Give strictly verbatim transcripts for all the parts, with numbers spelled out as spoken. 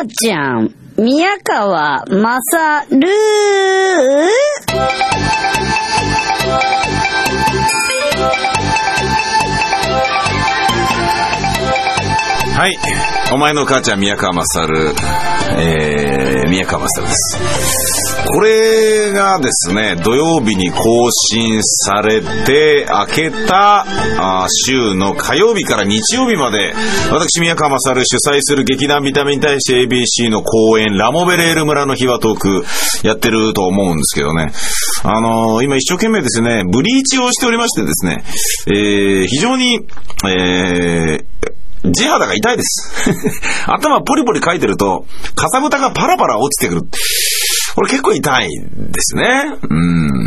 母ちゃん宮川まさる。 はい、お前の母ちゃん宮川まさる、えー、宮川まさるです。これがですね、土曜日に更新されて明けたあ週の火曜日から日曜日まで、私宮川まさる主催する劇団見た目に対して エービーシー の公演ラモベレール村の秘話トークやってると思うんですけどね、あのー、今一生懸命ですねブリーチをしておりましてですね、えー、非常に、えー地肌が痛いです頭ポリポリかいてるとかさぶたがパラパラ落ちてくる。これ結構痛いですね。うん。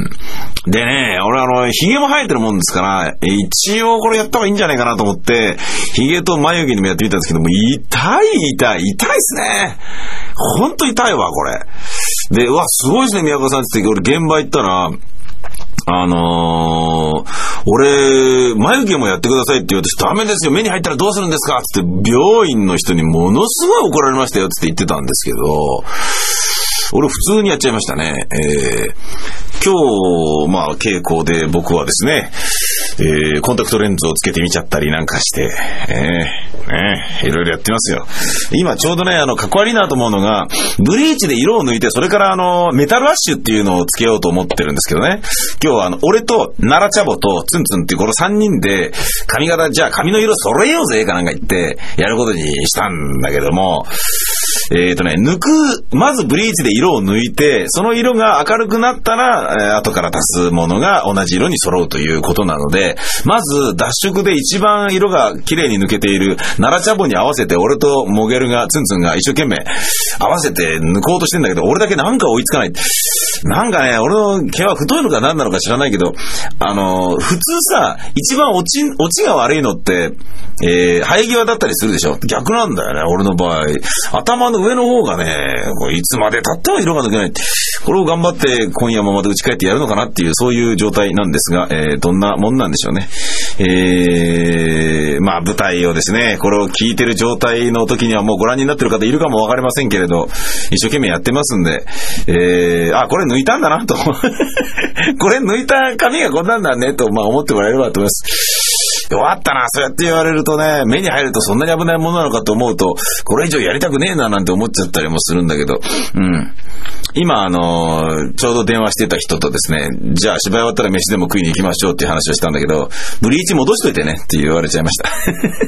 でね、俺あの、髭も生えてるもんですから、一応これやった方がいいんじゃないかなと思って、髭と眉毛にもやってみたんですけども、痛い痛い、痛いですね。ほんと痛いわ、これ。で、うわ、すごいですね、宮川さんって言って、俺現場行ったら、あのー、俺、眉毛もやってくださいって言われて、ダメですよ、目に入ったらどうするんですかって病院の人にものすごい怒られましたよって言ってたんですけど、俺普通にやっちゃいましたね。えー、今日、まあ、稽古で僕はですね、えー、コンタクトレンズをつけてみちゃったりなんかして、えー、ね、いろいろやってますよ。今ちょうどね、あの、かっこ悪いなと思うのが、ブリーチで色を抜いて、それからあの、メタルアッシュっていうのをつけようと思ってるんですけどね。今日はあの、俺と奈良茶ボとツンツンっていうこのさんにんで、髪型、じゃあ髪の色揃えようぜかなんか言って、やることにしたんだけども、えーとね、抜く、まずブリーチで色を抜いて、その色が明るくなったら、えー、後から足すものが同じ色に揃うということなので、まず脱色で一番色が綺麗に抜けている奈良茶ボに合わせて、俺とモゲルが、ツンツンが一生懸命合わせて抜こうとしてんだけど、俺だけなんか追いつかない。なんかね、俺の毛は太いのか何なのか知らないけど、あの、普通さ、一番落ち、落ちが悪いのって、えー、生え際だったりするでしょ。逆なんだよね、俺の場合。頭の上の方がね、いつまで経っても色が抜けない。これを頑張って今夜もまた打ち返ってやるのかなっていう、そういう状態なんですが、えー、どんなもんなんでしょうね。えー、まあ舞台をですね、これを聞いてる状態の時にはもうご覧になってる方いるかもわかりませんけれど、一生懸命やってますんで、えー、あ、これ抜いたんだなと。これ抜いた髪がこんなんだねと、まあ思ってもらえればと思います。弱ったな、そうやって言われるとね、目に入るとそんなに危ないものなのかと思うと、これ以上やりたくねえななんて思っちゃったりもするんだけど、うん。今、あのー、ちょうど電話してた人とですね、じゃあ芝居終わったら飯でも食いに行きましょうっていう話をしたんだけど、ブリーチ戻しといてねって言われちゃいました。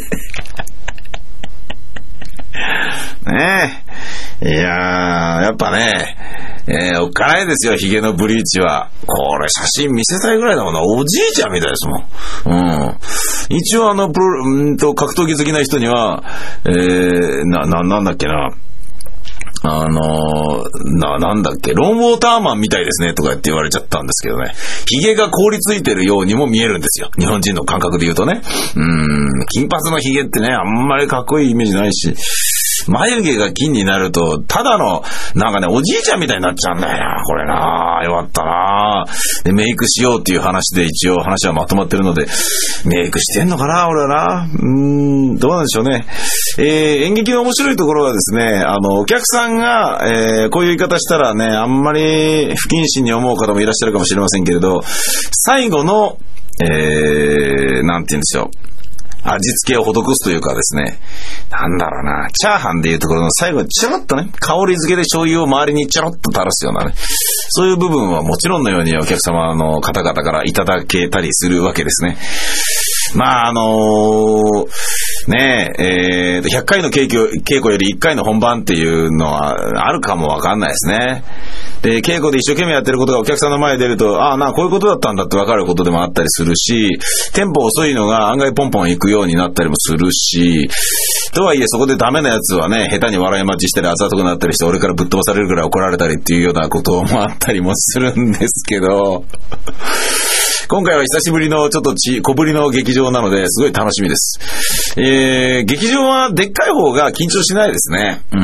ねえ。いやー、やっぱね、えー、おっかないですよ、ヒゲのブリーチは。これ写真見せたいぐらいだもんな。おじいちゃんみたいですもん。うん。一応あの、プロ、うんと、格闘技好きな人には、えー、な、な、なんだっけな。あのー、な、なんだっけ、ロンウォーターマンみたいですねとかって言われちゃったんですけどね。ヒゲが凍りついてるようにも見えるんですよ。日本人の感覚で言うとね。うーん、金髪のヒゲってね、あんまりかっこいいイメージないし、眉毛が金になると、ただの、なんかね、おじいちゃんみたいになっちゃうんだよな、これな。よかったな。で、メイクしようっていう話で一応話はまとまってるので、メイクしてんのかな、俺はな。うーん、どうなんでしょうね。えー、演劇の面白いところはですね、あの、お客さんが、えー、こういう言い方したらね、あんまり不謹慎に思う方もいらっしゃるかもしれませんけれど、最後の、えー、なんて言うんでしょう。味付けを施すというかですね、なんだろうな、チャーハンでいうところの最後にちょろっとね、香り付けで醤油を周りにちょろっと垂らすようなね、そういう部分はもちろんのようにお客様の方々からいただけたりするわけですね。まああのー、ねえ、えー、ひゃっかいの稽古、稽古よりいっかいの本番っていうのはあるかもわかんないですね。で、稽古で一生懸命やってることがお客さんの前に出ると、ああ、なあ、こういうことだったんだってわかることでもあったりするし、テンポ遅いのが案外ポンポン行くようになったりもするし、とはいえそこでダメなやつはね、下手に笑い待ちしたりあざとくなったりして、俺からぶっ飛ばされるぐらい怒られたりっていうようなこともあったりもするんですけど、 今回は久しぶりのちょっとち小ぶりの劇場なのですごい楽しみです。えー、劇場はでっかい方が緊張しないですね。うん。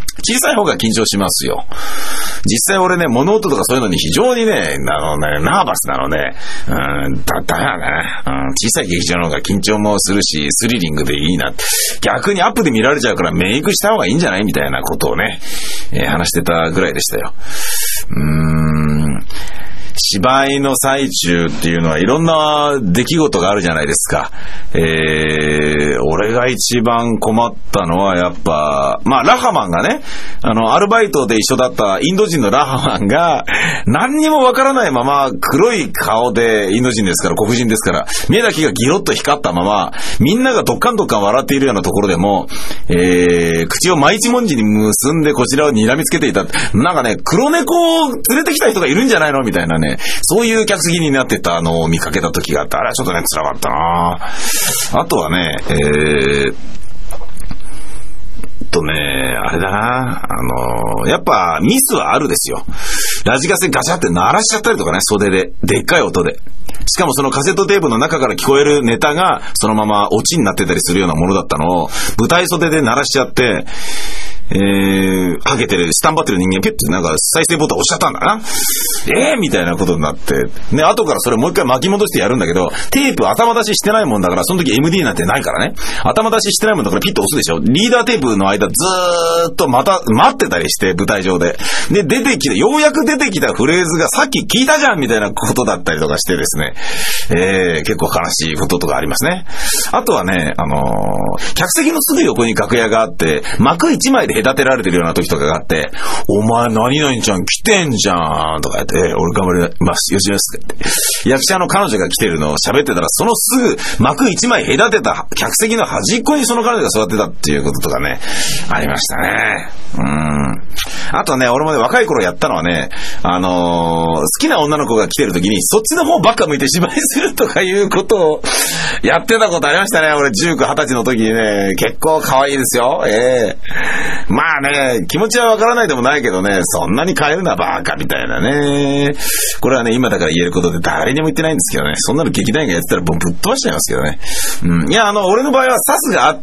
小さい方が緊張しますよ。実際俺ね、物音とかそういうのに非常にね、あのね、ナーバスなので、うん、だったらね、うん、小さい劇場の方が緊張もするし、スリリングでいいな。逆にアップで見られちゃうからメイクした方がいいんじゃないみたいなことをね、えー、話してたぐらいでしたよ。うーん。芝居の最中っていうのはいろんな出来事があるじゃないですか。えー、俺が一番困ったのはやっぱ、まあラハマンがね、あの、アルバイトで一緒だったインド人のラハマンが何にもわからないまま黒い顔でインド人ですから、黒人ですから、目だけがギロッと光ったまま、みんながドッカンドッカン笑っているようなところでも、えー、口を真一文字に結んでこちらを睨みつけていた。なんかね、黒猫を連れてきた人がいるんじゃないのみたいなね。そういう客席になってたのを見かけた時があって、あれはちょっとね、辛かったな。あとはね、えー、とね、あれだな、あの、やっぱミスはあるですよ。ラジカセガチャって鳴らしちゃったりとかね、袖で。でっかい音で。しかもそのカセットテープの中から聞こえるネタがそのままオチになってたりするようなものだったのを、舞台袖で鳴らしちゃって、えー、はげてる、スタンバってる人間、ピュッてなんか再生ボタン押しちゃったんだな。えーみたいなことになって。ね、後からそれもう一回巻き戻してやるんだけど、テープ頭出ししてないもんだから、その時 エムディー なんてないからね。頭出ししてないもんだからピッと押すでしょ。リーダーテープの間ずーっとまた待ってたりして、舞台上で。で、出てきて、ようやく出てきたフレーズがさっき聞いたじゃんみたいなことだったりとかしてですね。えー、結構悲しいこととかありますね。あとはね、あのー、客席のすぐ横に楽屋があって、幕一枚で隔てられてるような時とかがあって、お前何々ちゃん来てんじゃんとか言って、俺頑張ります、よしよしって言って、役者の彼女が来てるのを喋ってたら、そのすぐ幕一枚隔てた客席の端っこにその彼女が座ってたっていうこととかね、ありましたね。うーん。あとね、俺もね、若い頃やったのはね、あのー、好きな女の子が来てる時に、そっちの方ばっか向いて芝居するとかいうことをやってたことありましたね。俺じゅうきゅう、はたちの時にね、結構可愛いですよ。ええー。まあね、気持ちはわからないでもないけどね、そんなに変えるなバーカみたいなね。これはね、今だから言えることで誰にも言ってないんですけどね、そんなの劇団員がやってたらぶっ飛ばしちゃいますけどね。うん。いや、あの、俺の場合はサスがあった、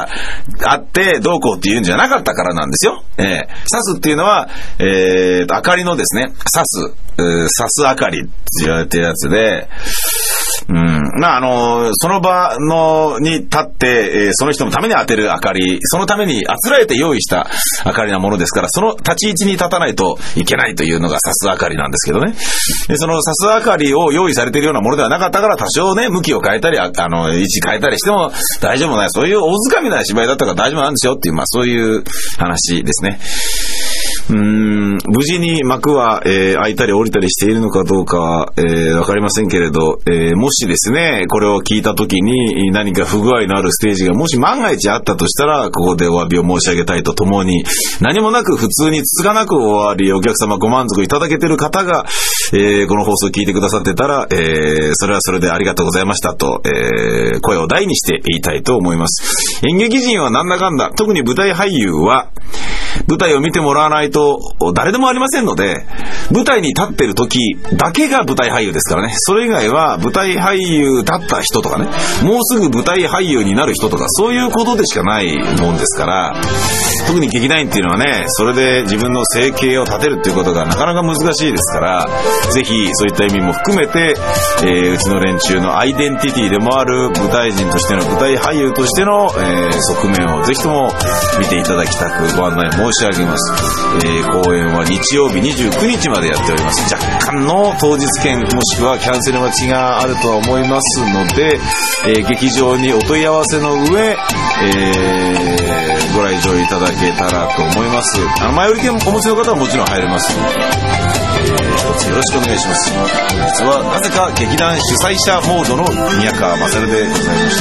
あって、どうこうっていうんじゃなかったからなんですよ。ええー。サスっていうのは、えーと、明かりのですね、サス、サス明かりって言われてるやつで、うん。まあ、あの、その場の、に立って、えー、その人のために当てる明かり、そのためにあつらえて用意した明かりなものですから、その立ち位置に立たないといけないというのがサス明かりなんですけどね。で、そのサス明かりを用意されているようなものではなかったから、多少ね、向きを変えたり、あの、位置変えたりしても大丈夫ない。そういう大掴みな芝居だったから大丈夫なんですよっていう、まあ、そういう話ですね。うーん、無事に幕は、えー、開いたり降りたりしているのかどうかは、えー、わかりませんけれど、えー、もしですね、これを聞いたときに何か不具合のあるステージがもし万が一あったとしたら、ここでお詫びを申し上げたいとともに、何もなく普通につつがなく終わり、お客様ご満足いただけている方が、えー、この放送を聞いてくださってたら、えー、それはそれでありがとうございましたと、えー、声を大にして言いたいと思います。演劇人はなんだかんだ、特に舞台俳優は、舞台を見てもらわないと誰でもありませんので、舞台に立ってる時だけが舞台俳優ですからね。それ以外は舞台俳優だった人とかね、もうすぐ舞台俳優になる人とか、そういうことでしかないもんですから、特に劇団員っていうのはね、それで自分の生計を立てるっていうことがなかなか難しいですから、ぜひそういった意味も含めて、えー、うちの連中のアイデンティティでもある舞台人としての、舞台俳優としての、えー、側面をぜひとも見ていただきたくご案内申し上げます。えー、公演は日曜日にじゅうくにちまでやっております。若干の当日券もしくはキャンセル待ちがあるとは思いますので、えー、劇場にお問い合わせの上、えー、ご来場いただけたらと思います。あの前売り券お持ちの方はもちろん入れますので、えー、一つよろしくお願いします。本日はなぜか劇団主催者モードの宮川勝でございました。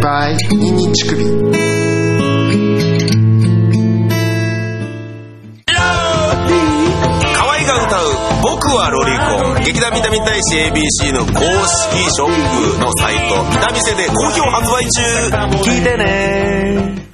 ニンニン乳首。 はロリコン。劇団三田見大使 エービーシー の公式ショップのサイト三田店で好評発売中。聞いてね。